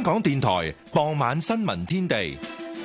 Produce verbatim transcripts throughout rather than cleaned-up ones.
香港電台傍晚新聞天地。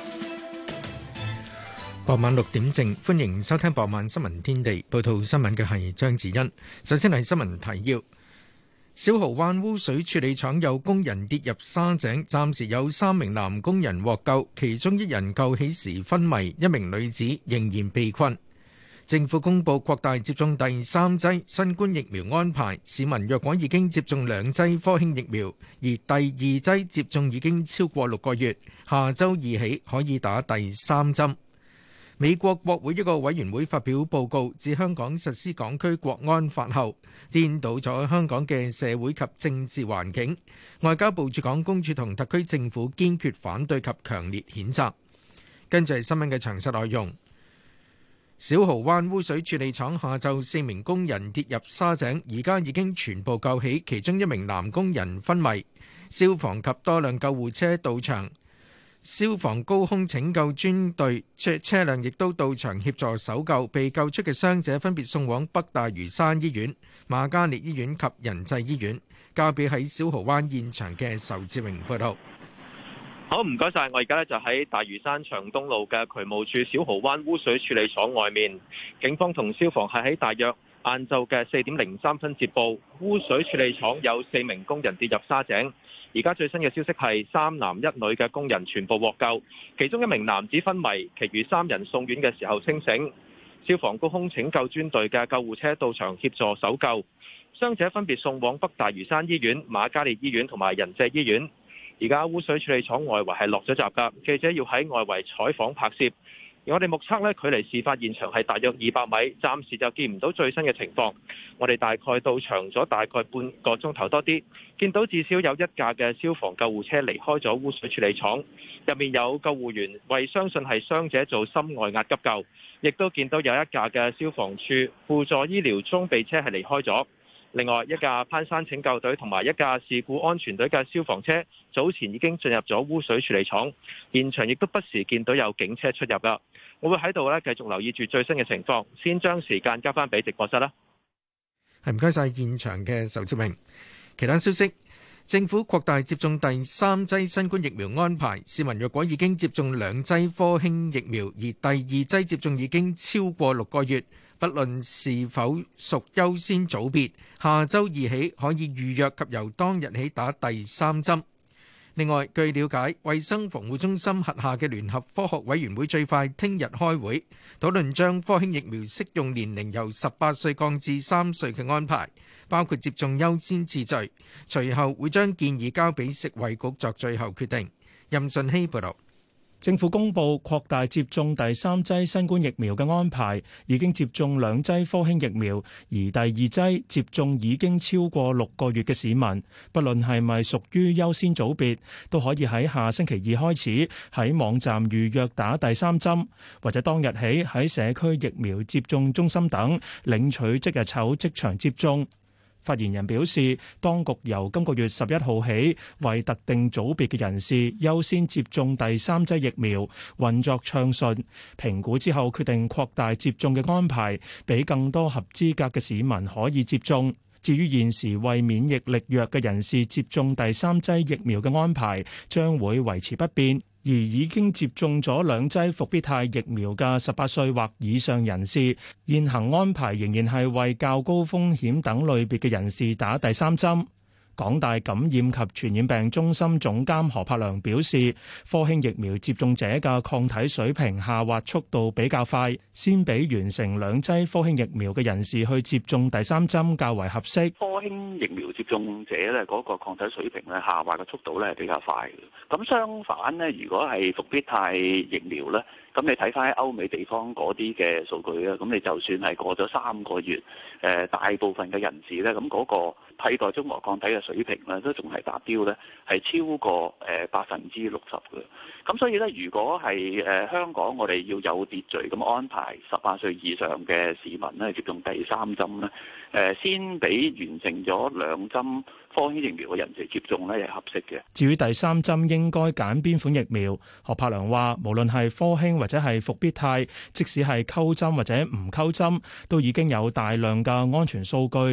傍晚六點正，歡迎收聽傍晚新聞天地。報道新聞嘅係張子欣。首先係新聞提要：小蠔灣污水處理廠有工人跌入沙井，暫時有三名男工人獲救，其中一人救起時昏迷，一名女子仍然被困。政府公布擴大接種第三劑新冠疫苗安排，市民若果已經接種兩劑科興疫苗，而第二劑接種已經超過六個月，下週二起可以打第三針。美國國會一個委員會發表報告，指香港實施港區國安法後，顛倒咗香港嘅社會及政治環境。外交部駐港公署同特區政府堅決反對及強烈譴責。跟住係新聞嘅詳細內容。小蠔灣污水處理廠下晝四名工人跌入沙井，而家已經全部救起，其中一名男工人昏迷。消防及多輛救護車到場，消防高空拯救專隊車車輛亦都到場協助搜救。被救出嘅傷者分別送往北大嶼山醫院、瑪嘉烈醫院及仁濟醫院。交俾喺小蠔灣現場嘅仇志榮報道。 好，唔該晒。我而家咧就喺大嶼山長東路嘅渠務處小蠔灣污水處理廠外面，警方同消防係喺大約晏晝嘅四點零三分接報，污水處理廠有四名工人跌入沙井。而家最新嘅消息係三男一女嘅工人全部獲救，其中一名男子昏迷，其餘三人送院嘅時候清醒。消防高空拯救專隊嘅救護車到場協助搜救，傷者分別送往北大嶼山醫院、瑪嘉烈醫院同埋仁濟醫院。而家污水處理廠外圍係落咗閘㗎，記者要喺外圍採訪拍攝。而我哋目測呢，距離事發現場係大約二百米，暫時就見唔到最新嘅情況。我哋大概到場咗大概半個鐘頭多啲，見到至少有一架嘅消防救護車離開咗污水處理廠，入面有救護員為相信係傷者做心外壓急救，亦都見到有一架嘅消防處輔助醫療裝備車係離開咗。另外一架攀山拯救隊同埋一架事故安全隊嘅消防車早前已經進入咗污水處理廠，現場亦都不時見到有警車出入噶。我會喺度咧繼續留意住最新嘅情況，先將時間交翻俾直播室啦。 係唔該晒現場嘅仇志明。其他消息，政府擴大接種第三劑新冠疫苗安排，市民若果已經接種兩劑科興疫苗，而第二劑接種已經超過六個月，不論是否屬優先組別，下週二起可以預約及由當日起打第三針。另外，據了解，衛生防護中心轄下嘅聯合科學委員會最快聽日開會，討論將科興疫苗適用年齡由十八歲降至三歲嘅安排，包括接種優先次序。隨後會將建議交俾食衛局作最後決定。任信希報導。 政府公布擴大接種第三劑新冠疫苗嘅安排，已經接種兩劑科興疫苗，而第二劑接種已經超過六個月嘅市民，不論係咪屬於優先組別，都可以喺下星期二開始喺網站預約打第三針，或者當日起喺社區疫苗接種中心等領取即日籌即場接種。發言人表示，當局由今個月十一號起，為特定組別嘅人士優先接種第三劑疫苗，運作暢順。評估之後決定擴大接種嘅安排，俾更多合資格嘅市民可以接種。至於現時為免疫力弱嘅人士接種第三劑疫苗嘅安排，將會維持不變。而已經接種咗兩劑復必泰疫苗嘅十八歲或以上人士，現行安排仍然係為較高風險等類別嘅人士打第三針。港大感染及傳染病中心總監何柏良表示，科興疫苗接種者嘅抗體水平下滑速度比較快，先俾完成兩劑科興疫苗嘅人士去接種第三針較為合適。 科興疫苗接種者咧，嗰個抗體水平咧下滑嘅速度咧係比較快嘅。咁相反咧，如果係復必泰疫苗咧，咁你睇翻喺歐美地方嗰啲嘅數據咧，咁你就算係過咗三個月，誒大部分嘅人士咧，咁嗰個替代中和抗體嘅水平咧，都仲係達標咧，係超過誒百分之六十嘅。咁所以咧，如果係誒香港我哋要有秩序咁安排十八歲以上嘅市民咧接種第三針咧，誒先俾完成咗兩針科興疫苗嘅人士接種咧係合適嘅。 至於第三針應該揀邊款疫苗，何柏良話，無論係科興或者係復必泰，即使係溝針或者唔溝針，都已經有大量嘅安全數據。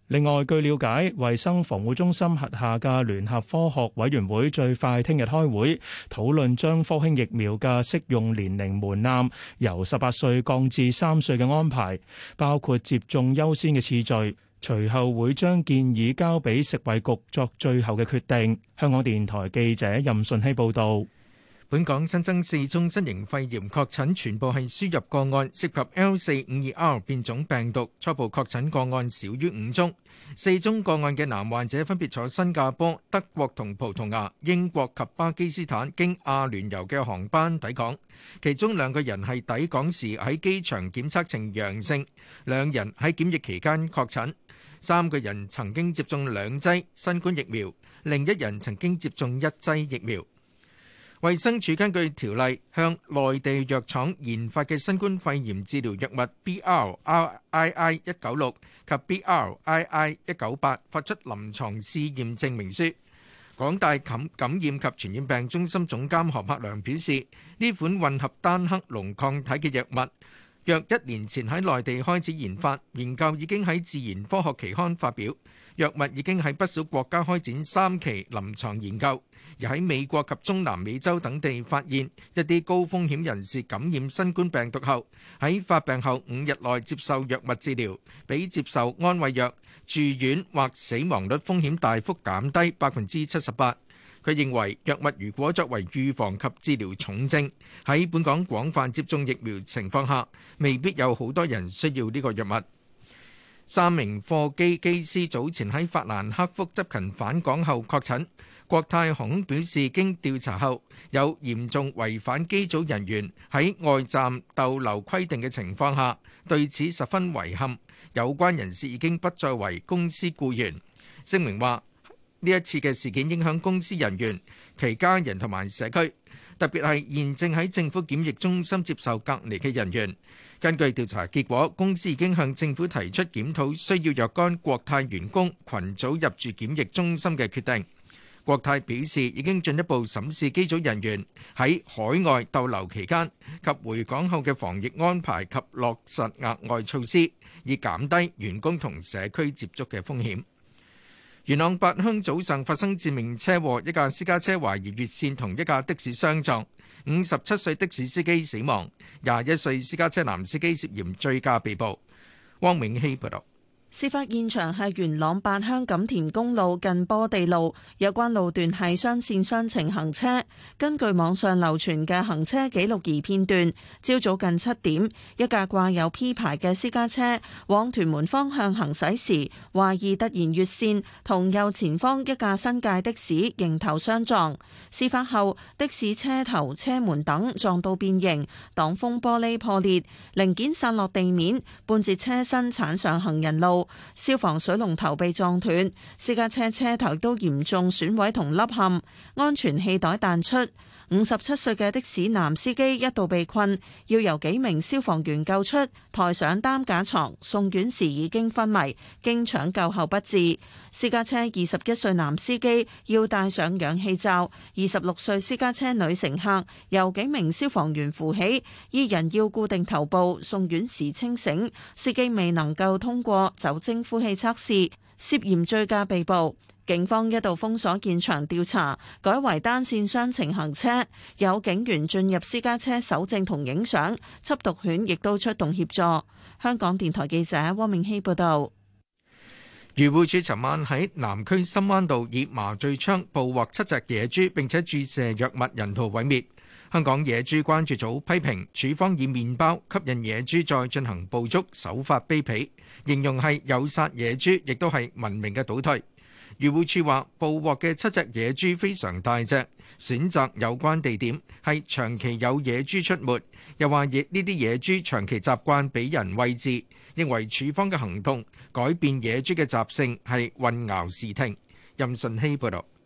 另外，據了解，衛生防護中心轄下嘅聯合科學委員會最快聽日開會，討論將科興疫苗嘅適用年齡門檻由十八歲降至三歲嘅安排，包括接種優先嘅次序。隨後會將建議交俾食衛局作最後嘅決定。香港電台記者任順希報導。 本港新增四宗新型肺炎確診，全部係輸入個案，涉及 L 四五二 R 變種病毒。初步確診個案少於五宗。四宗個案嘅男患者分別坐新加坡、德國同葡萄牙、英國及巴基斯坦經阿聯酋嘅航班抵港，其中兩個人係抵港時喺機場檢測呈陽性，兩人喺檢疫期間確診。三個人曾經接種兩劑新冠疫苗，另一人曾經接種一劑疫苗。衛生署根據條例向內地藥廠研發嘅新冠肺炎治療藥物 B R I I 一九六及 B R I I 一九八發出臨床試驗證明書。港大感感染及傳染病中心總監何柏良表示，呢款混合單克隆抗體嘅藥物約一年前喺內地開始研發，研究已經喺《自然科學》期刊發表，藥物已經喺不少國家開展三期臨床研究。而喺美國及中南美洲等地發現一啲高風險人士感染新冠病毒後，喺發病後五日內接受藥物治療，比接受安慰藥、住院或死亡率風險大幅減低百分之七十八。佢認為藥物如果作為預防及治療重症，喺本港廣泛接種疫苗情況下，未必有好多人需要呢個藥物。三名貨機機師早前喺法蘭克福執勤返港後確診。國泰航空表示，經調查後有嚴重違反機組人員喺外站逗留規定嘅情況下，對此十分遺憾。有關人士已經不再為公司僱員。聲明話，呢一次嘅事件影響公司人員、其家人同埋社區，特別係現正喺政府檢疫中心接受隔離嘅人員。根據調查結果，公司已經向政府提出檢討需要若干國泰員工群組入住檢疫中心嘅決定。國泰表示已經進一步審視機組人員喺海外逗留期間及回港後嘅防疫安排及落實額外措施，以減低員工同社區接觸嘅風險。元朗八鄉早上發生致命車禍，一架私家車懷疑越線同一架的士相撞，五十七歲的士司機死亡，廿一歲私家車男司機涉嫌醉駕被捕。汪永熙報道。 事發現場係元朗八鄉錦田公路近波地路，有關路段係雙線雙程行車。根據網上流傳嘅行車記錄儀片段，朝早近七點，一架掛有 P 牌嘅私家車往屯門方向行駛時，懷疑突然越線，同右前方一架新界的士迎頭相撞。事發後，的士車頭、車門等撞到變形，擋風玻璃破裂，零件散落地面，半截車身鏟上行人路。消防水龍頭被撞斷，私家車車頭都嚴重損毀同凹陷，安全氣袋彈出。五十七歲嘅的，的士男司機一度被困，要由幾名消防員救出，抬上擔架床，送院時已經昏迷，經搶救後不治。私家車二十一歲男司機要戴上氧氣罩，二十六歲私家車女乘客由幾名消防員扶起，二人要固定頭部，送院時清醒，司機未能夠通過酒精呼氣測試，涉嫌醉駕被捕。警方一度封鎖現場調查，改為單線雙程行車，有警員進入私家車搜證同影相，緝毒犬亦都出動協助。香港電台記者汪明熙報道。 漁護署尋晚喺南區深灣道以麻醉槍捕獲七隻野豬，並且注射藥物人道毀滅。香港野豬關注組批評署方以麵包吸引野豬再進行捕捉，手法卑鄙，形容係誘殺野豬，亦都係文明嘅倒退。漁護署話，捕獲嘅七隻野豬非常大隻，選擇有關地點係長期有野豬出沒，又話呢啲野豬長期習慣俾人餵飼，認為署方嘅行動改變野豬嘅習性係混淆視聽。任順希報導。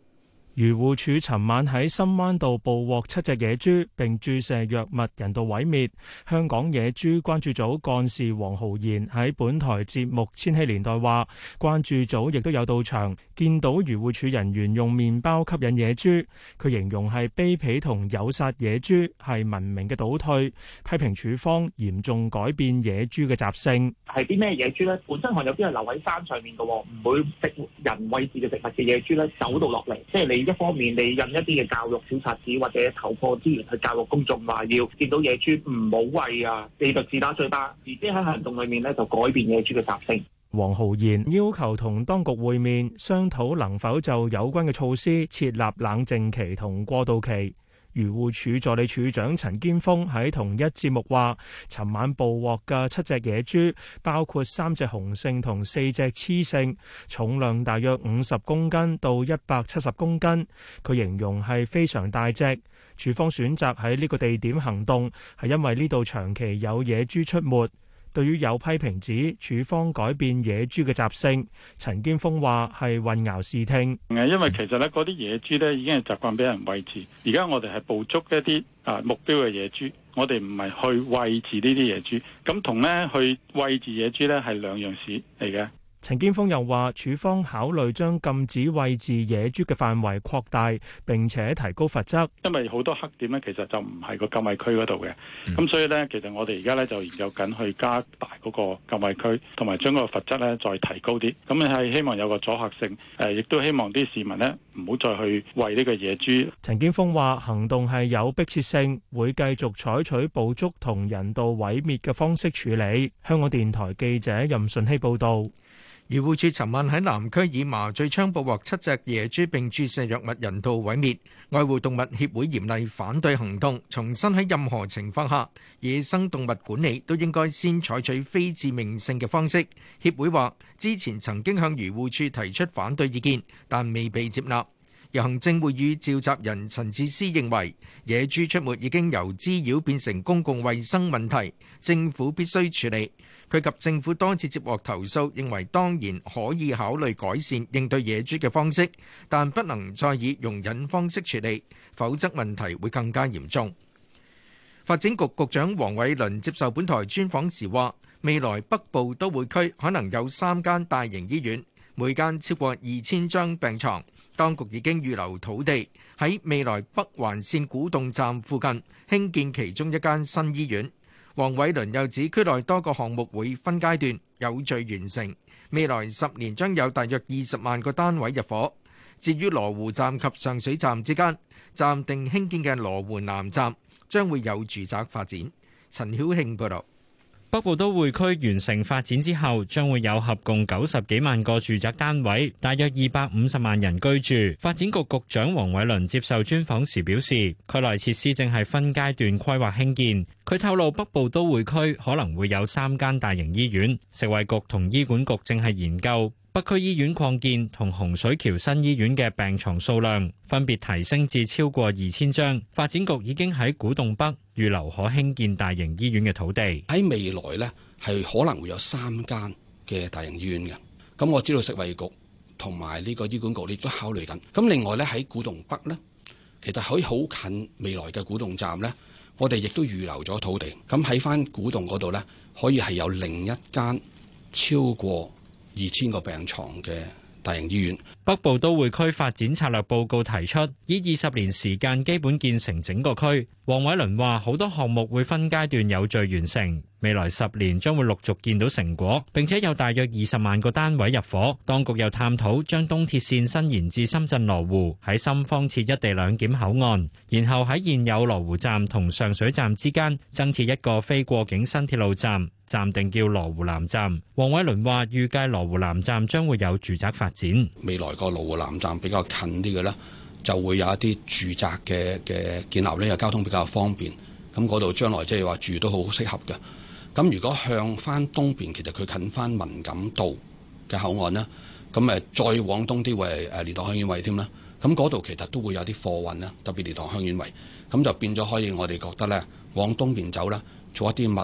漁護署尋晚喺深灣道捕獲七隻野豬，並注射藥物人道毀滅。香港野豬關注組幹事黃浩然喺本台節目《千禧年代》話，關注組亦都有到場，見到漁護署人員用麵包吸引野豬，佢形容係卑鄙同誘殺野豬，係文明嘅倒退，批評署方嚴重改變野豬嘅習性。 係啲咩野豬咧？本身可能有啲係留喺山上面嘅，唔會食人餵飼嘅食物嘅野豬咧，走到落嚟，即係你。一方面，你印一啲嘅教育小冊子或者投放資源去教育公眾，話要見到野豬唔好餵啊，你就自打嘴巴，而且喺行動裏面咧就改變野豬嘅習性。 黃浩然要求同當局會面，商討能否就有關嘅措施設立冷靜期同過渡期。漁護署助理署長陳堅峰喺同一節目話，尋晚捕獲嘅七隻野豬，包括三隻雄性同四隻雌性，重量大約五十公斤到一百七十公斤。佢形容係非常大隻。署方選擇喺呢個地點行動，係因為呢度長期有野豬出沒。對於有批評指署方改變野豬嘅習性，陳堅峰話係混淆視聽。 因為其實咧嗰啲野豬咧已經係習慣俾人餵飼，而家我哋係捕捉一啲啊目標嘅野豬，我哋唔係去餵飼呢啲野豬，咁同咧去餵飼野豬咧係兩樣事嚟嘅。 陳堅峰又話，署方考慮將禁止餵飼野豬嘅範圍擴大，並且提高罰則。 因為好多黑點咧，其實就唔係個禁餵區嗰度嘅，咁、嗯、所以咧，其實我哋而家咧就研究緊去加大嗰個禁餵區，同埋將個罰則咧再提高啲。咁係希望有個阻嚇性，誒，亦都希望啲市民呢唔好再去餵呢個野豬。 陳堅峰話，行動係有迫切性，會繼續採取捕捉同人道毀滅嘅方式處理。香港電台記者任順希報導。 漁護署尋晚喺南區以麻醉槍捕獲七隻野豬並注射藥物人道毀滅。愛護動物協會嚴厲反對行動，重申喺任何情況下，野生動物管理都應該先採取非致命性嘅方式。協會話，之前曾經向漁護署提出反對意見，但未被接納。由行政會議召集人陳智思認為，野豬出沒已經由滋擾變成公共衛生問題，政府必須處理。佢及政府多次接獲投訴，認為當然可以考慮改善應對野豬嘅方式，但不能再以容忍方式處理，否則問題會更加嚴重。發展局局長黃偉綸接受本台專訪時話，未來北部都會區可能有三間大型醫院，每間超過二千張病床。當局已經預留土地喺未來北環線古洞站附近興建其中一間新醫院。黃偉綸又指，區內多個項目會分階段有序完成，未來十年將有大約二十萬個單位入伙。至於羅湖站及上水站之間暫定興建嘅羅湖南站，將會有住宅發展。陳曉慶報導。 北部都會區完成發展之後，將會有合共九十幾萬個住宅單位，大約二百五十萬人居住。發展局局長黃偉綸接受專訪時表示，區內設施正係分階段規劃興建。佢透露北部都會區可能會有三間大型醫院，食衛局同醫管局正係研究北區醫院擴建同洪水橋新醫院嘅病床數量分別提升至超過二千張。發展局已經喺古洞北預留可興建大型醫院嘅土地。 喺未來呢，係可能會有三間嘅大型醫院嘅。咁我知道食衛局同埋呢個醫管局亦都考慮緊。咁另外呢，喺古洞北呢，其實可以好近未來嘅古洞站呢，我哋亦都預留咗土地。咁喺翻古洞嗰度呢，可以係有另一間超過二千個病床嘅大型醫院。 北部都會區發展策略報告提出，以二十年時間基本建成整個區。黃偉綸話，好多項目會分階段有序完成，未來十年將會陸續見到成果，並且有大約二十萬個單位入伙。當局又探討將東鐵線伸延至深圳羅湖，喺深方設一地兩檢口岸，然後喺現有羅湖站同上水站之間增設一個非過境新鐵路站，暫定叫羅湖南站。黃偉綸話，預計羅湖南站將會有住宅發展。 未來個羅湖南站比較近啲嘅呢，就會有一啲住宅嘅嘅建立呢，有交通比較方便。咁嗰度將來即係話住都好適合嘅。咁如果向翻東邊，其實佢近翻文錦渡嘅口岸啦，咁誒再往東啲會誒蓮塘香園圍添啦。咁嗰度其實都會有啲貨運啦，特別蓮塘香園圍，咁就變咗可以我哋覺得咧往東邊走啦，做一啲物流，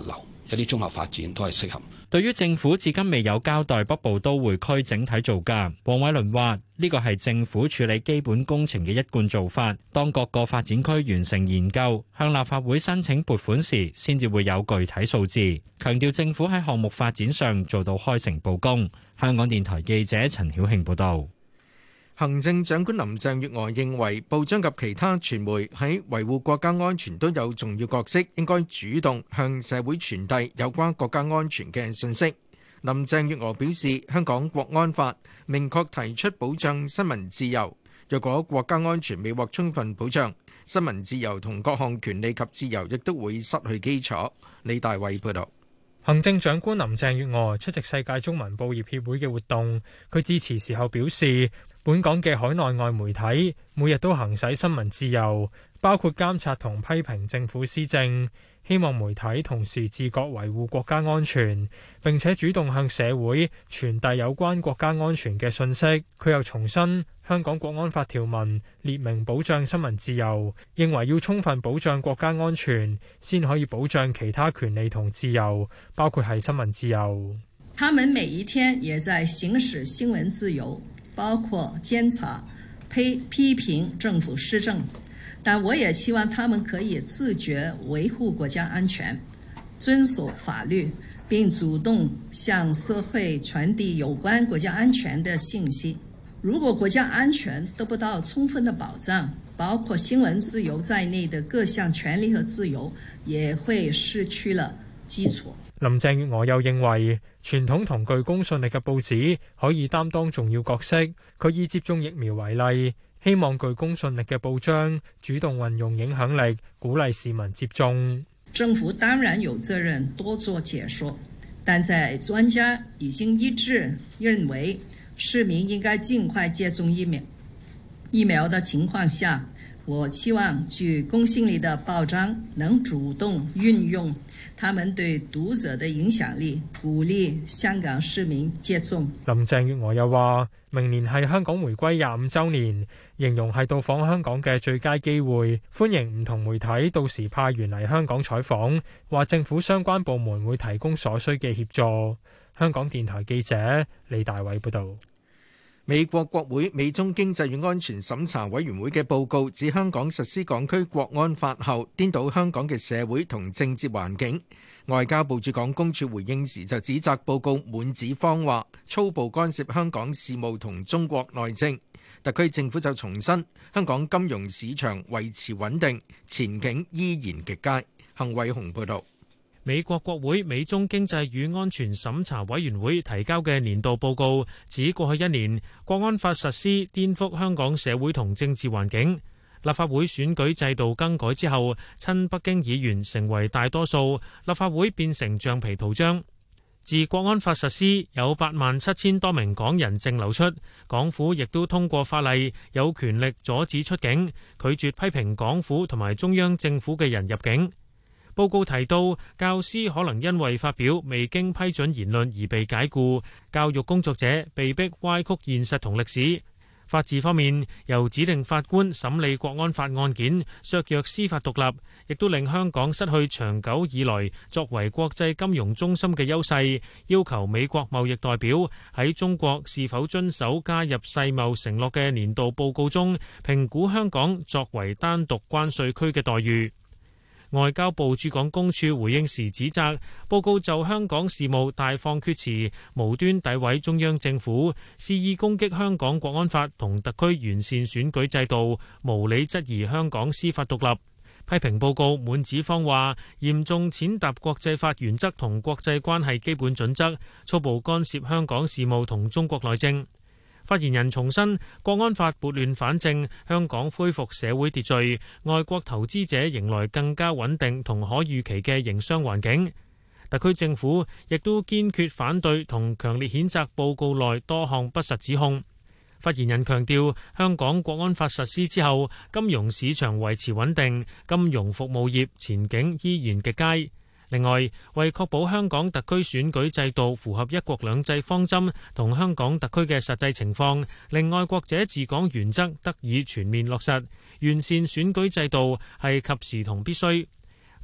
一啲綜合發展都係適合。 對於政府至今未有交代北部都會區整體造價，黃偉綸話呢個係政府處理基本工程嘅一貫做法。當各個發展區完成研究，向立法會申請撥款時，先至會有具體數字。強調政府喺項目發展上做到開誠佈公。香港電台記者陳曉慶報導。 行政長官林鄭月娥認為，報章及其他傳媒喺維護國家安全都有重要角色，應該主動向社會傳遞有關國家安全嘅信息。林鄭月娥表示，香港國安法明確提出保障新聞自由，若果國家安全未獲充分保障，新聞自由同各項權利及自由亦都會失去基礎。李大偉報導。 行政長官林鄭月娥出席世界中文報業協會嘅活動，佢致辭時候表示，本港嘅海內外媒體每日都行使新聞自由，包括監察同批評政府施政，希望媒體同時自覺維護國家安全，並且主動向社會傳遞有關國家安全嘅信息。佢又重申，香港國安法條文列明保障新聞自由，認為要充分保障國家安全，先可以保障其他權利同自由，包括係新聞自由。 他們每一天也在行使新聞自由，包括監察、批批評政府施政，但我也期望他們可以自覺維護國家安全，遵守法律，並主動向社會傳遞有關國家安全的信息。如果國家安全得不到充分的保障，包括新聞自由在內的各項權利和自由也會失去了基礎。 林鄭月娥又認為，傳統同具公信力嘅報紙可以擔當重要角色。佢以接種疫苗為例，希望具公信力嘅報章主動運用影響力，鼓勵市民接種。 政府當然有責任多做解說，但在專家已經一致認為市民應該盡快接種疫苗疫苗的情況下，我期望具公信力的報章能主動運用他們對讀者的影響力，鼓勵香港市民接種。 林鄭月娥又話，明年係香港回歸廿五週年，形容係到訪香港嘅最佳機會，歡迎唔同媒體到時派員嚟香港採訪，話政府相關部門會提供所需嘅協助。香港電台記者李大偉報導。 美國國會美中經濟與安全審查委員會嘅報告指，香港實施港區國安法後，顛倒香港嘅社會同政治環境。外交部駐港公署回應時就指責報告滿紙謊話，粗暴干涉香港事務同中國內政。特區政府就重申，香港金融市場維持穩定，前景依然極佳。幸偉雄報導。 美國國會美中經濟與安全審查委員會提交嘅年度報告指，過去一年國安法實施顛覆香港社會同政治環境，立法會選舉制度更改之後，親北京議員成為大多數，立法會變成橡皮圖章。自國安法實施，有八萬七千多名港人淨流出，港府亦都通過法例，有權力阻止出境，拒絕批評港府同埋中央政府嘅人入境。報告提到，教師可能因為發表未經批准言論而被解僱，教育工作者被逼歪曲現實同歷史。法治方面，由指定法官審理國安法案件，削弱司法獨立，亦都令香港失去長久以來作為國際金融中心嘅優勢，要求美國貿易代表喺中國是否遵守加入世貿承諾嘅年度報告中，評估香港作為單獨關稅區嘅待遇。外交部駐港公署回應時指責，報告就香港事務大放厥詞，無端詆毀中央政府，肆意攻擊香港國安法同特區完善選舉制度，無理質疑香港司法獨立。批評報告滿紙謊話，嚴重踐踏國際法原則同國際關係基本準則，粗暴干涉香港事務同中國內政。發言人重申，國安法撥亂反正，香港恢復社會秩序，外國投資者迎來更加穩定同可預期嘅營商環境。特區政府亦都堅決反對同強烈譴責報告內多項不實指控。發言人強調，香港國安法實施之後，金融市場維持穩定，金融服務業前景依然極佳。另外，為確保香港特區選舉制度符合一國兩制方針同香港特區嘅實際情況，令愛國者治港原則得以全面落實，完善選舉制度係及時同必須。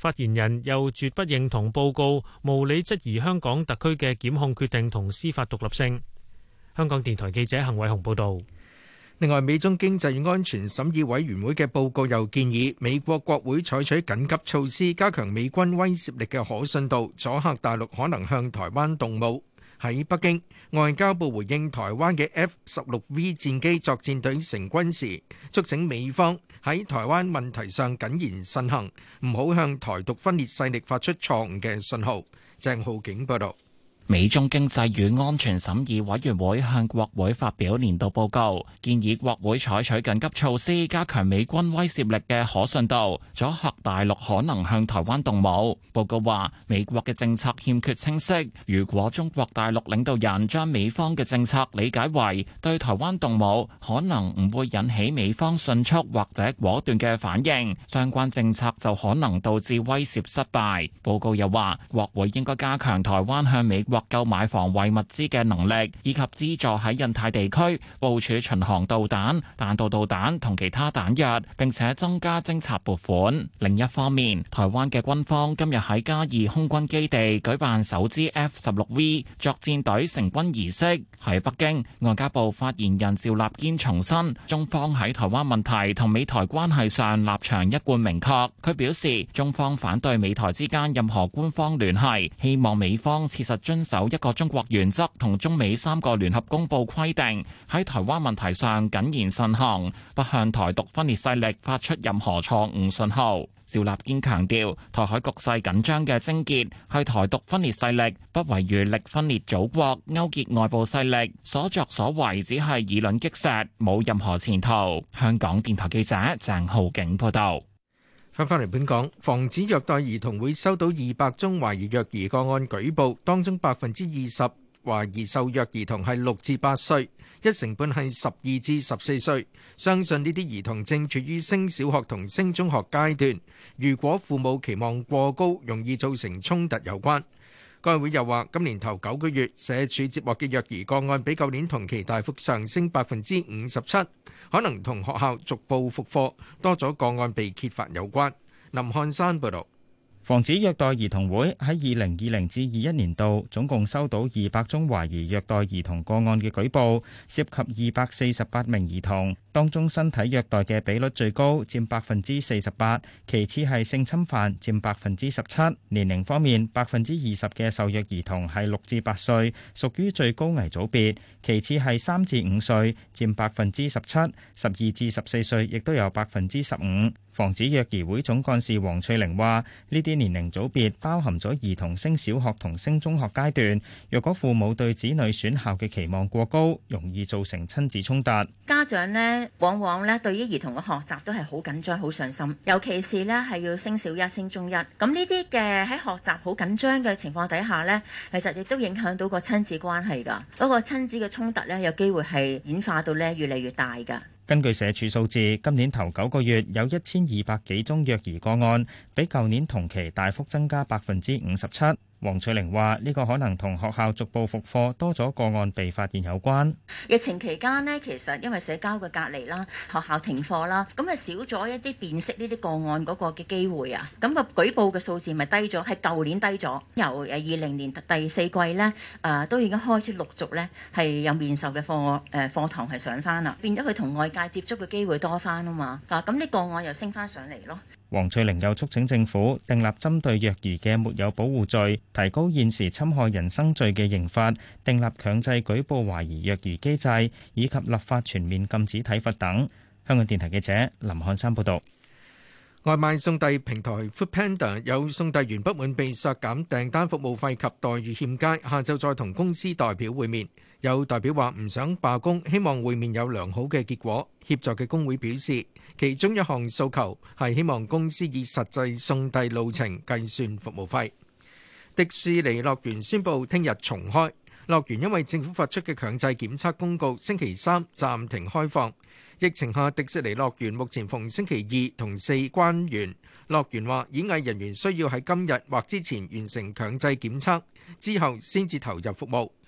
發言人又絕不認同報告無理質疑香港特區嘅檢控決定同司法獨立性。香港電台記者幸偉雄報導。 另外，美中經濟與安全審議委員會嘅報告又建議美國國會採取緊急措施，加強美軍威懾力嘅可信度，阻嚇大陸可能向台灣動武。喺北京，外交部回應台灣嘅 F 十六 V 戰機作戰隊成軍時，促請美方喺台灣問題上謹言慎行，唔好向台獨分裂勢力發出錯誤嘅信號。鄭浩景報道。 美中經濟與安全審議委員會向國會發表年度報告，建議國會採取緊急措施，加強美軍威懾力嘅可信度，阻嚇大陸可能向台灣動武。報告話，美國嘅政策欠缺清晰，如果中國大陸領導人將美方嘅政策理解為對台灣動武，可能唔會引起美方迅速或者果斷嘅反應，相關政策就可能導致威懾失敗。報告又話，國會應該加強台灣向美國或購買防衛物資嘅能力，以及資助喺印太地區部署巡航導彈、彈道導彈同其他彈藥，並且增加偵察撥款。另一方面，台灣嘅軍方今日喺嘉義空軍基地舉辦首支 F 十六 V 作戰隊成軍儀式。喺北京，外交部發言人趙立堅重申，中方喺台灣問題同美台關係上立場一貫明確。佢表示，中方反對美台之間任何官方聯繫，希望美方切實遵守一個中國原則同中美三個聯合公報規定，喺台灣問題上謹言慎行，不向台獨分裂勢力發出任何錯誤信號。趙立堅強調，台海局勢緊張嘅症結係台獨分裂勢力不遺餘力分裂祖國、勾結外部勢力，所作所為只係以卵擊石，冇任何前途。香港電台記者鄭浩景報道。 翻返嚟本港，防止虐待兒童會收到二百宗懷疑虐兒個案舉報，當中百分之二十懷疑受虐兒童係六至八歲，一成半係十二至十四歲。相信呢啲兒童正處於升小學同升中學階段，如果父母期望過高，容易造成衝突有關。該會又話，今年頭九個月，社署接獲嘅虐兒個案比舊年同期大幅上升百分之五十七，可能同學校逐步復課多咗個案被揭發有關。林漢山報導。 防止虐待兒童會喺二零二零至二一年度總共收到二百宗懷疑虐待兒童個案嘅舉報，涉及二百四十八名兒童，當中身體虐待嘅比率最高，佔百分之四十八，其次係性侵犯，佔百分之十七。年齡方面，百分之二十嘅受虐兒童係六至八歲，屬於最高危組別，其次係三至五歲，佔百分之十七，十二至十四歲亦都有百分之十五。防止虐兒會總幹事黃翠玲話：呢啲年齡組別包含咗兒童升小學同升中學階段，若果父母對子女選校嘅期望過高，容易造成親子衝突。 家長呢往往呢對於兒童嘅學習都係好緊張、好上心，尤其是呢係要升小一、升中一。咁呢啲嘅喺學習好緊張嘅情況底下呢，其實亦都影響到個親子關係㗎。嗰個親子嘅衝突呢，有機會係演化到呢越嚟越大㗎。 根據社署數字，今年頭九個月有一千二百幾宗虐兒個案，比舊年同期大幅增加百分之五十七。黃翠玲話：呢個可能同學校逐步復課多咗個案被發現有關。 疫情期間呢，其實因為社交嘅隔離啦，學校停課啦，咁啊少咗一啲辨識呢啲個案嗰個嘅機會啊，咁個舉報嘅數字咪低咗，係舊年低咗。由誒二零年第四季呢，誒都已經開始陸續呢係有面授嘅課誒課堂係上翻啦，變咗佢同外界接觸嘅機會多翻啊嘛，啊咁呢個案又升翻上嚟咯。 黃翠玲又促請政府訂立針對虐兒嘅沒有保護罪，提高現時侵害人身罪嘅刑罰，訂立強制舉報懷疑虐兒機制，以及立法全面禁止體罰等。香港電台記者林漢山報導。 外賣送遞平台 Foodpanda 有送遞員不滿被削減訂單服務費及待遇欠佳，下晝再同公司代表會面。有代表話唔想罷工，希望會面有良好嘅結果。協助嘅工會表示，其中一項訴求係希望公司以實際送遞路程計算服務費。迪士尼樂園宣布聽日重開，樂園因為政府發出嘅強制檢測公告，星期三暫停開放。疫情下，迪士尼樂園目前逢星期二同四關園。樂園話，演藝人員需要喺今日或之前完成強制檢測，之後先至投入服務。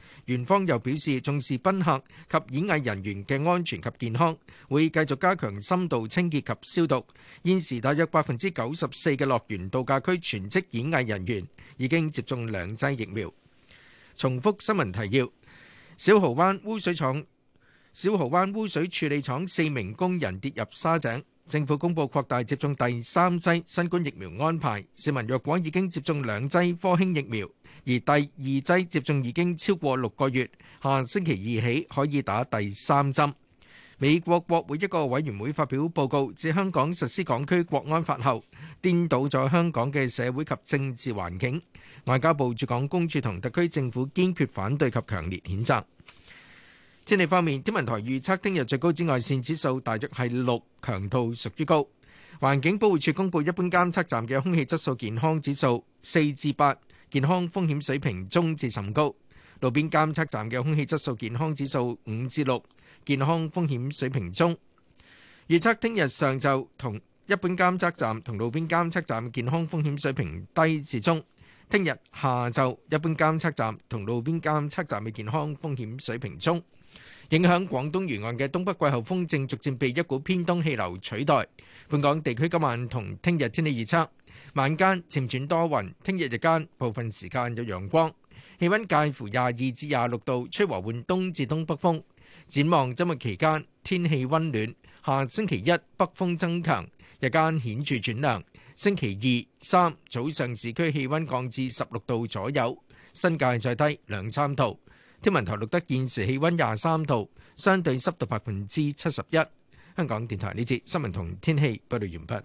園方又表示重視賓客及演藝人員嘅安全及健康，會繼續加強深度清潔及消毒。現時大約百分之九十四嘅樂園度假區全職演藝人員已經接種兩劑疫苗。重複新聞提要：小蠔灣污水廠小蠔灣污水處理廠四名工人跌入沙井。政府公布擴大接種第三劑新冠疫苗安排，市民若果已經接種兩劑科興疫苗，而第二劑接種已經超過六個月，下星期二起可以打第三針。美國國會一個委員會發表報告，指香港實施港區國安法後，顛倒咗香港嘅社會及政治環境。外交部駐港公署同特區政府堅決反對及強烈譴責。天氣方面，天文台預測聽日最高紫外線指數大約係六，強度屬於高。環境保護署公布一般監測站嘅空氣質素健康指數四至八，健康風險水平中至甚高。路邊監測站嘅空氣質素健康指數五至六，健康風險水平中。預測聽日上晝同一般監測站同路邊監測站健康風險水平低至中。聽日下晝一般監測站同路邊監測站嘅健康風險水平中。影響廣東沿岸嘅東北季候風正逐漸被一股偏東氣流取代。本港地區今晚同聽日天氣預測：晚間漸轉多雲，聽日日間部分時間有陽光，氣溫介乎廿二至廿六度，吹和緩東至東北風。展望周末期間天氣溫暖，下星期一北風增強，日間顯著轉涼。星期二、三早上市區氣溫降至十六度左右，新界再低兩三度。天文台錄得現時氣溫廿三度，相對濕度百分之七十一。香港電台呢節新聞同天氣報道完畢。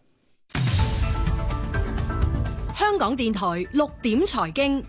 香港電台六點財經，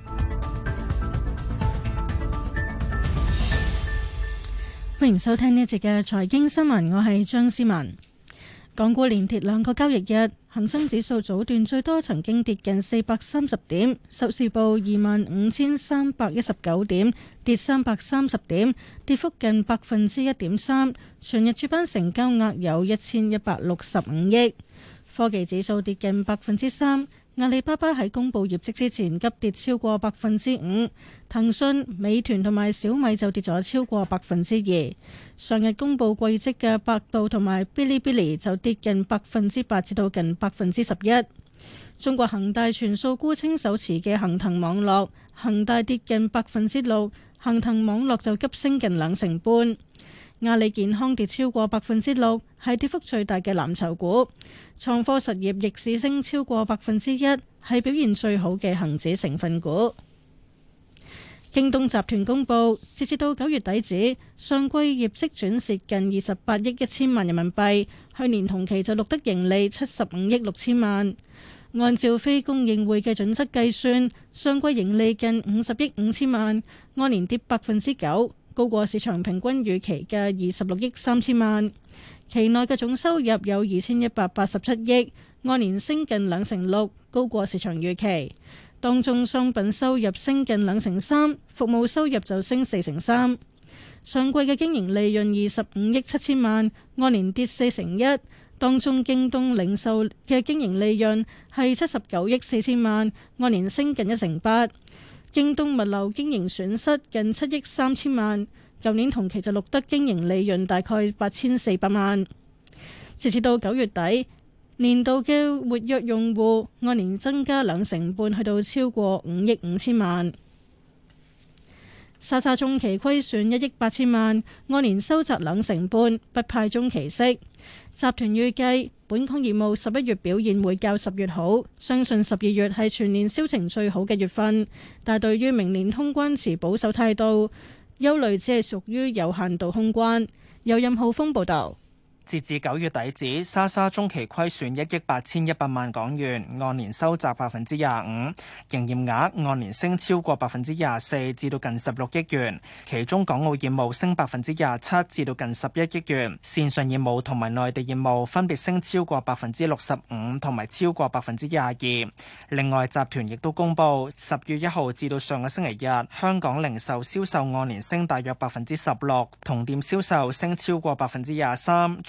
歡迎收聽呢一節嘅財經新聞，我係張思文。港股連跌兩個交易日，恒生指數早段最多曾經跌近四百三十點，收市報二萬五千三百一十九點，跌三百三十點，跌幅近百分之一點三。全日主板成交額有一千一百六十五億。科技指數跌近百分之三。阿里巴巴喺公布業績之前急跌超過百分之五，騰訊、美團同埋小米就跌咗超過百分之二。上日公布季績嘅百度同埋嗶哩嗶哩就跌近百分之八至到近百分之十一。中國恒大全數沽清手持嘅恒騰網絡，恒大跌近百分之六，恒騰網絡就急升近兩成半。阿里健康跌超過百分之六，係跌幅最大嘅藍籌股。創科實業逆市升超過百分之一，係表現最好嘅恒指成分股。京東集團公布，截至到九月底止，上季業績轉蝕近二十八億一千萬人民幣，去年同期就錄得盈利七十五億六千萬。按照非公認會計準則計算，上季盈利近五十億五千萬，按年跌百分之九。高過市場平均預期嘅二十六億三千萬，期內嘅總收入有二千一百八十七億，按年升近兩成六，高過市場預期。當中商品收入升近兩成三，服務收入就升四成三。上季嘅經營利潤二十五億七千萬，按年跌四成一。當中京東零售嘅經營利潤係七十九億四千萬，按年升近一成八。京東物流經營損失近七億三千萬，舊年同期就錄得經營利潤大概八千四百萬。截至到九月底，年度嘅活躍用戶按年增加兩成半，去到超過五億五千萬。莎莎中期虧損一億八千萬，按年收窄兩成半，不派中期息。集團預計本港業務十一月表現會較十月好，相信十二月係全年銷情最好嘅月份，但對於明年通關持保守態度，憂慮只係屬於有限度通關。由任浩峰報導。 截至九月底止，莎莎中期虧損一億八千一百萬港元，按年收窄百分之廿五，營業額按年升超過百分之廿四，至到近十六億元。其中港澳業務升百分之廿七，至到近十一億元。線上業務同埋內地業務分別升超過百分之六十五，同埋超過百分之廿二。另外，集團亦都公布十月一號至到上個星期日，香港零售銷售按年升大約百分之十六，同店銷售升超過百分之廿三。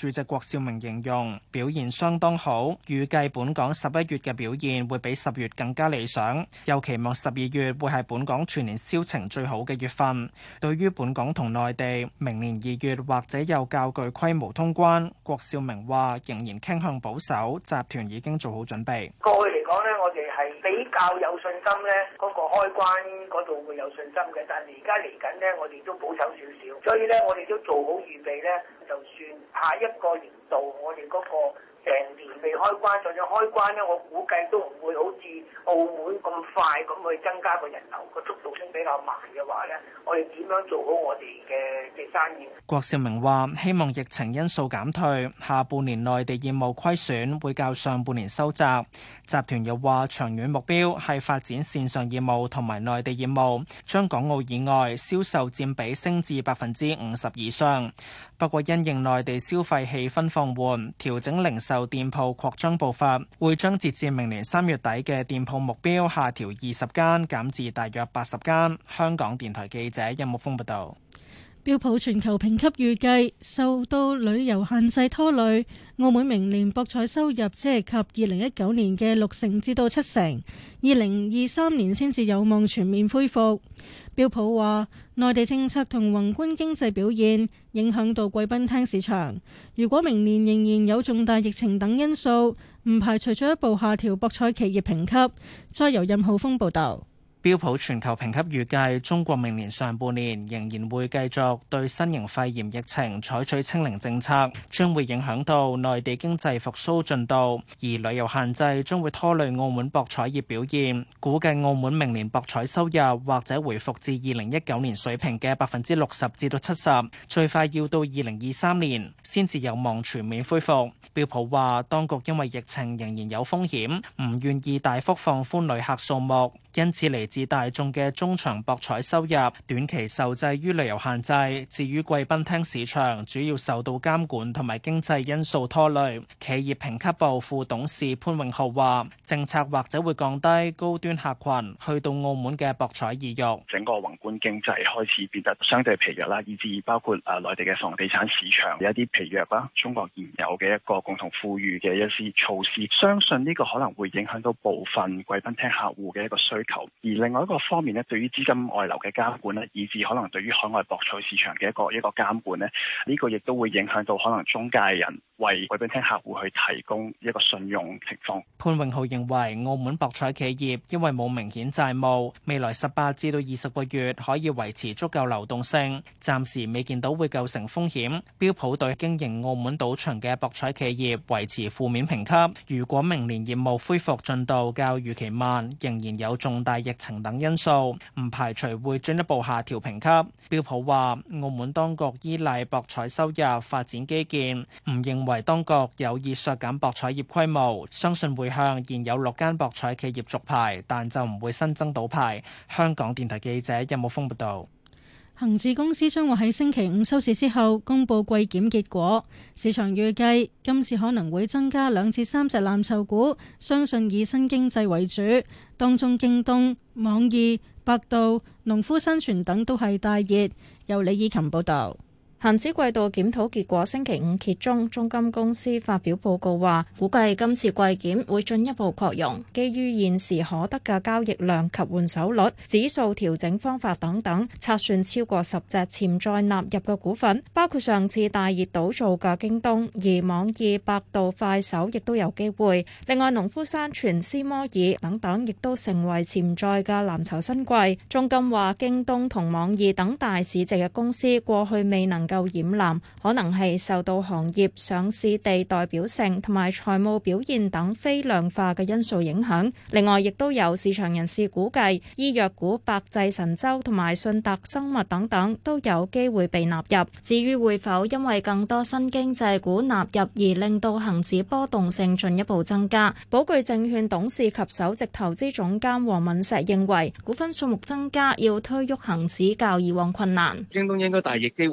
主席郭少明形容表現相當好，預計本港十一月嘅表現會比十月更加理想，又期望十二月會係本港全年銷情最好嘅月份。對於本港同內地明年二月或者有較具規模通關，郭少明話仍然傾向保守，集團已經做好準備。 過去嚟講呢，我哋係比較有信心呢，嗰個開關嗰度會有信心嘅，但係而家嚟緊呢，我哋都保守少少，所以呢，我哋都做好預備呢，就算下一個年度我哋嗰個成年未開關，就算開關呢，我估計都唔會好似澳門咁快咁去增加個人流，個速度先比較慢嘅話呢，我哋點樣做好我哋嘅嘅生意？ 郭少明話：希望疫情因素減退，下半年內地業務虧損會較上半年收窄。集團又話，長遠目標係發展線上業務同埋內地業務，將港澳以外銷售佔比升至百分之五十以上。不過因應內地消費氣氛放緩，調整零售店鋪擴張步伐，會將截至明年三月底嘅店鋪目標下調二十間，減至大約八十間。香港電台記者任木峰報道。 標普全球評級預計受到旅遊限制拖累，澳門明年博彩收入只係及二零一九年嘅六成至到七成，二零二三年先至有望全面恢復。標普話，內地政策同宏觀經濟表現影響到貴賓廳市場，如果明年仍然有重大疫情等因素，唔排除進一步下調博彩企業評級。再由任浩峰報道。 標普全球評級預計，中國明年上半年仍然會繼續對新型肺炎疫情採取清零政策，將會影響到內地經濟復甦進度，而旅遊限制將會拖累澳門博彩業表現。估計澳門明年博彩收入或者回復至二零一九年水平嘅百分之六十至到七十，最快要到二零二三年先至有望全面恢復。標普話，當局因為疫情仍然有風險，唔願意大幅放寬旅客數目，因此嚟自大眾嘅中場博彩收入短期受制於旅遊限制，至於貴賓廳市場主要受到監管同埋經濟因素拖累。企業評級部副董事潘永浩話，政策或者會降低高端客群去到澳門嘅博彩意欲。 整個宏觀經濟開始變得相對疲弱啦，以至包括誒內地嘅房地產市場有一啲疲弱啦。中國現有嘅一個共同富裕嘅一啲措施，相信呢個可能會影響到部分貴賓廳客戶嘅一個需求。而另外一個方面咧，對於資金外流嘅監管咧，以至可能對於海外博彩市場嘅一個一個監管咧，呢個亦都會影響到可能中介人為貴賓廳客戶去提供一個信用情況。 潘永浩認為，澳門博彩企業因為冇明顯債務，未來十八至到二十個月可以維持足夠流動性，暫時未見到會構成風險。標普對經營澳門賭場嘅博彩企業維持負面評級。如果明年業務恢復進度較預期慢，仍然有重大疫情等因素，唔排除會進一步下調評級。標普話，澳門當局依賴博彩收入發展基建，唔認為當局有意削減博彩業規模，相信會向現有六間博彩企業續牌，但就唔會新增賭牌。香港電台記者任武峰報道。 恒指公司將會喺星期五收市之後公布季檢結果，市場預計今次可能會增加兩至三隻藍籌股，相信以新經濟為主，當中京東、網易、百度、農夫山泉等都係大熱。由李以琴報道。 恒指季度檢討結果星期五揭盅，中金公司發表報告話，估計今次季檢會進一步擴容，基於現時可得嘅交易量及換手率、指數調整方法等等，測算超過十隻潛在納入嘅股份，包括上次大熱倒灶嘅京東，而網易、百度、快手亦都有機會。另外，農夫山泉、斯摩爾等等亦都成為潛在嘅藍籌新貴。中金話，京東同網易等大市值嘅公司過去未能夠染藍，可能係受到行業上市地代表性同埋財務表現等非量化嘅因素影響。另外，亦都有市場人士估計，醫藥股百濟神州同埋信達生物等等都有機會被納入。至於會否因為更多新經濟股納入而令到恒指波動性進一步增加，寶鉅證券董事及首席投資總監黃敏石認為，股份數目增加要推喐恒指較以往困難。 京東應該大熱機會高啦。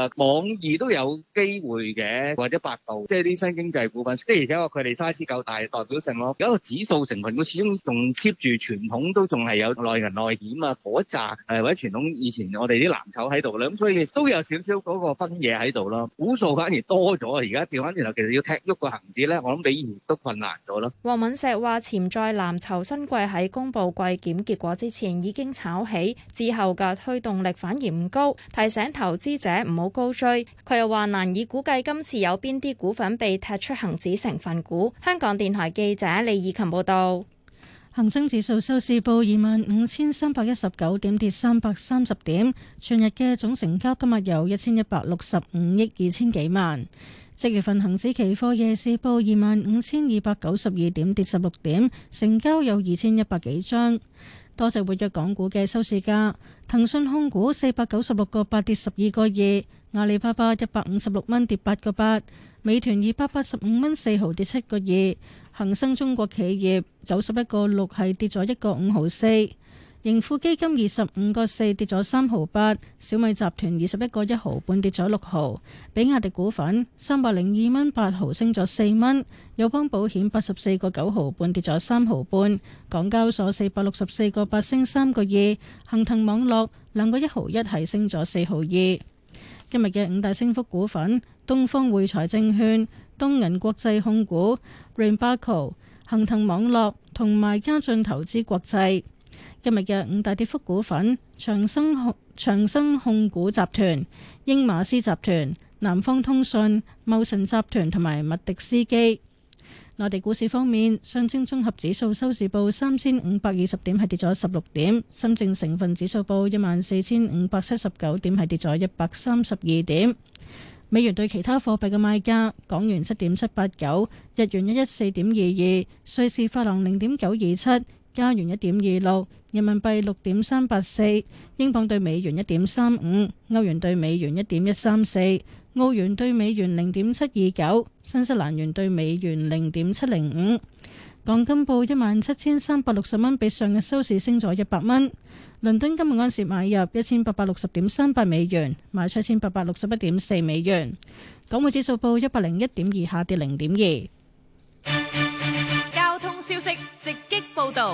啦，網易都有機會嘅，或者百度，即係啲新經濟股份，即係而且話佢哋 size 夠大，代表性咯。有一個指數成分，佢始終仲 keep 住傳統，都仲係有內銀內險啊嗰扎誒，或者傳統以前我哋啲藍籌喺度咧，咁所以都有少少嗰個分野喺度咯。股數反而多咗，而家調翻轉頭，其實要踢喐個恆指咧，我諗比以前都困難咗咯。 黃敏石話：潛在藍籌新貴喺公布季檢結果之前已經炒起，之後嘅推動力反而唔高，提醒投資者唔好高追。佢又話難以估計今次有邊啲股份被踢出恒指成分股。香港電台記者李以琴報道。 恒生指數收市報二萬五千三百一十九點，跌三百三十點。全日嘅總成交今日有一千一百六十五億二千幾萬。即月份恒指期貨夜市報二萬五千二百九十二點，跌十六點，成交有二千一百幾張。多隻活躍港股嘅收市價：騰訊控股四百九十六個八跌十二個二，阿里巴巴一百五十六蚊跌八個八，美團二百八十五蚊四毫跌七個二，恒生中國企業九十一個六係跌咗一個五毫四。盈富基金二十五個四跌咗三毫八，小米集團二十一個一毫半跌咗六毫，比亞迪股份三百零二蚊八毫升咗四蚊，友邦保險八十四個九毫半跌咗三毫半，港交所四百六十四個八升三個二，恒騰網絡兩個一毫一係升咗四毫二。今日嘅五大升幅股份：東方匯財證券、東銀國際控股、Rainbarco、恒騰網絡同埋嘉進投資國際。今日嘅五大跌幅股份：長生控、長生控股集團、英馬斯集團、南方通訊、茂臣集團同埋麥迪斯基。內地股市方面，上證綜合指數收市報三千五百二十點，係跌咗十六點；深證成分指數報一萬四千五百七十九點，係跌咗一百三十二點。美元對其他貨幣嘅賣價：港元七點七八九，日元一一四點二二，瑞士法郎零點九二七，加元一點二六，人民幣六點三八四，英鎊對美元一點三五，歐元對美元一點一三四，澳元對美元零點七二九，新西蘭元對美元零點七零五。港金報一萬七千三百六十蚊，比上日收市升咗一百蚊。倫敦今日安時買入一千八百六十點三八美元，賣出一千八百六十一點四美元。港匯指數報一百零一點二，下跌零點二。 交通消息直擊報道。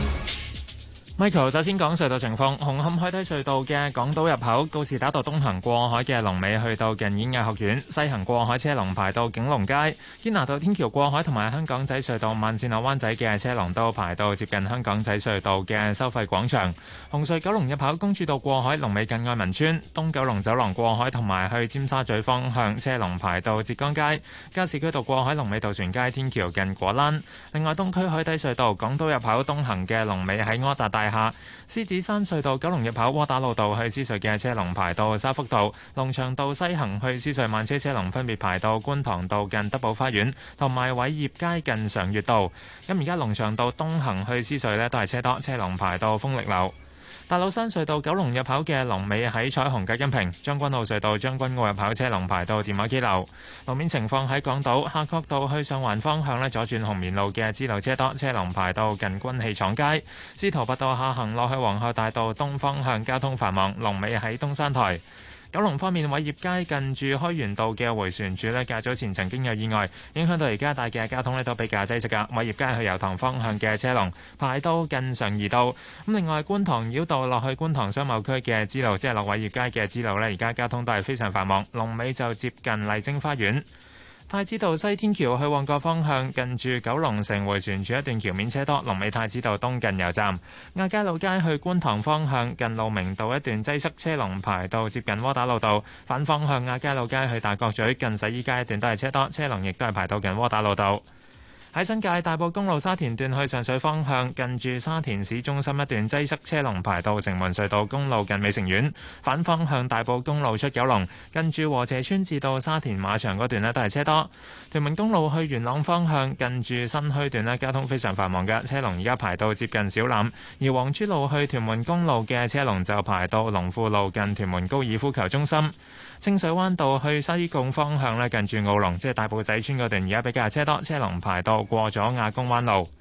Michael 首先講隧道情況，紅磡海底隧道嘅港島入口告士打道東行過海嘅龍尾去到近演藝學院，西行過海車龍排到景隆街。堅拿道天橋過海同埋香港仔隧道慢線落灣仔嘅車龍都排到接近香港仔隧道嘅收費廣場。紅隧九龍入口公主道過海龍尾近愛民村，東九龍走廊過海同埋去尖沙咀方向車龍排到浙江街。加士居道過海龍尾渡船街天橋近果欄。另外東區海底隧道港島入口東行嘅龍尾喺柯達大下獅子山隧道九龍入口窩打老道去獅隧嘅車龍排到沙福道，龍翔道西行去獅隧慢車車龍分別排到觀塘道近德寶花園同埋偉業街近常悅道。咁而家龍翔道東行去獅隧呢都係車多，車龍排到豐力樓。大老山隧道九龍入口嘅龍尾喺彩虹隔音屏，將軍澳隧道將軍澳入口車龍排到電話機樓。路面情況喺港島夏慤道去上環方向呢，左轉紅棉路嘅支路車多，車龍排到近軍器廠街。司徒拔道下行落去皇后大道東方向交通繁忙，龍尾喺東山台。九龍方面，偉業街近住開源道嘅迴旋處呢，較早前曾經有意外，影響到而家大嘅交通呢都比較擠塞㗎。偉業街去油塘方向嘅車龍排到近常怡道。咁另外，觀塘繞道落去觀塘商貿區嘅支路，即係落偉業街嘅支路呢，而家交通都係非常繁忙，龍尾就接近麗晶花園。太子道西天橋去旺角方向，近住九龍城迴旋處一段橋面車多，龍尾太子道東近油站。亞皆老街去觀塘方向，近路明道一段擠塞，車龍排到接近窩打老道。反方向亞皆老街去大角咀近洗衣街一段都係車多，車龍亦都係排到近窩打老道。喺新界大埔公路沙田段去上水方向，近住沙田市中心一段擠塞，車龍排到城門隧道公路近美城苑。反方向大埔公路出九龍，近住禾輋邨至到沙田馬場嗰段呢都係車多。屯門公路去元朗方向，近住新墟段呢交通非常繁忙嘅，車龍而家排到接近小欖。而黃珠路去屯門公路嘅車龍就排到龍富路近屯門高爾夫球中心。清水灣道去西貢方向呢，近住澳龍即係大埔仔村嗰段而家比較車多，車龍排到過咗亞公灣路。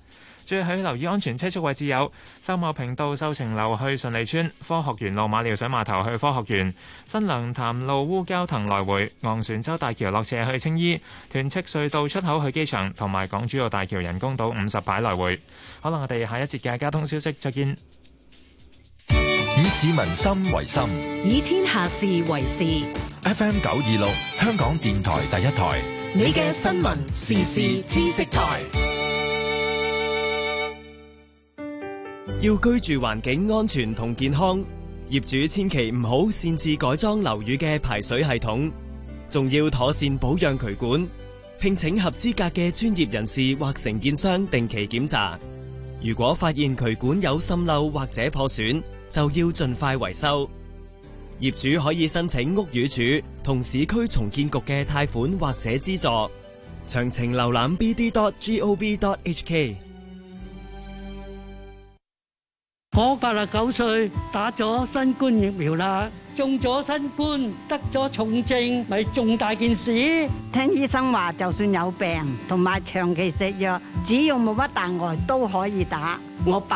注意去留意安全車速位置有秀茂坪道秀晴樓去順利村、科學園路馬料水碼頭去科學園、新娘潭路烏蛟騰來回、昂船洲大橋落斜去青衣、屯赤隧道出口去機場，同埋港珠澳大橋人工島五十擺來回。可能我哋下一節嘅交通消息再見。 以市民心為心， 以天下事為事。 F M 九二六，香港電台第一台， 你嘅新聞時事知識台。 要居住環境安全同健康，業主千祈唔好擅自改裝樓宇嘅排水系統，仲要妥善保養渠管，聘請合資格嘅專業人士或承建商定期檢查。如果發現渠管有滲漏或者破損，就要盡快維修。業主可以申請屋宇署同市區重建局嘅貸款或者資助。詳情瀏覽 b d dot gov dot h k。 我八十九歲，打咗新冠疫苗啦，中咗新冠，得咗重症，咪重大件事。 聽醫生話，就算有病同埋長期食藥，只要冇乜大礙都可以打。我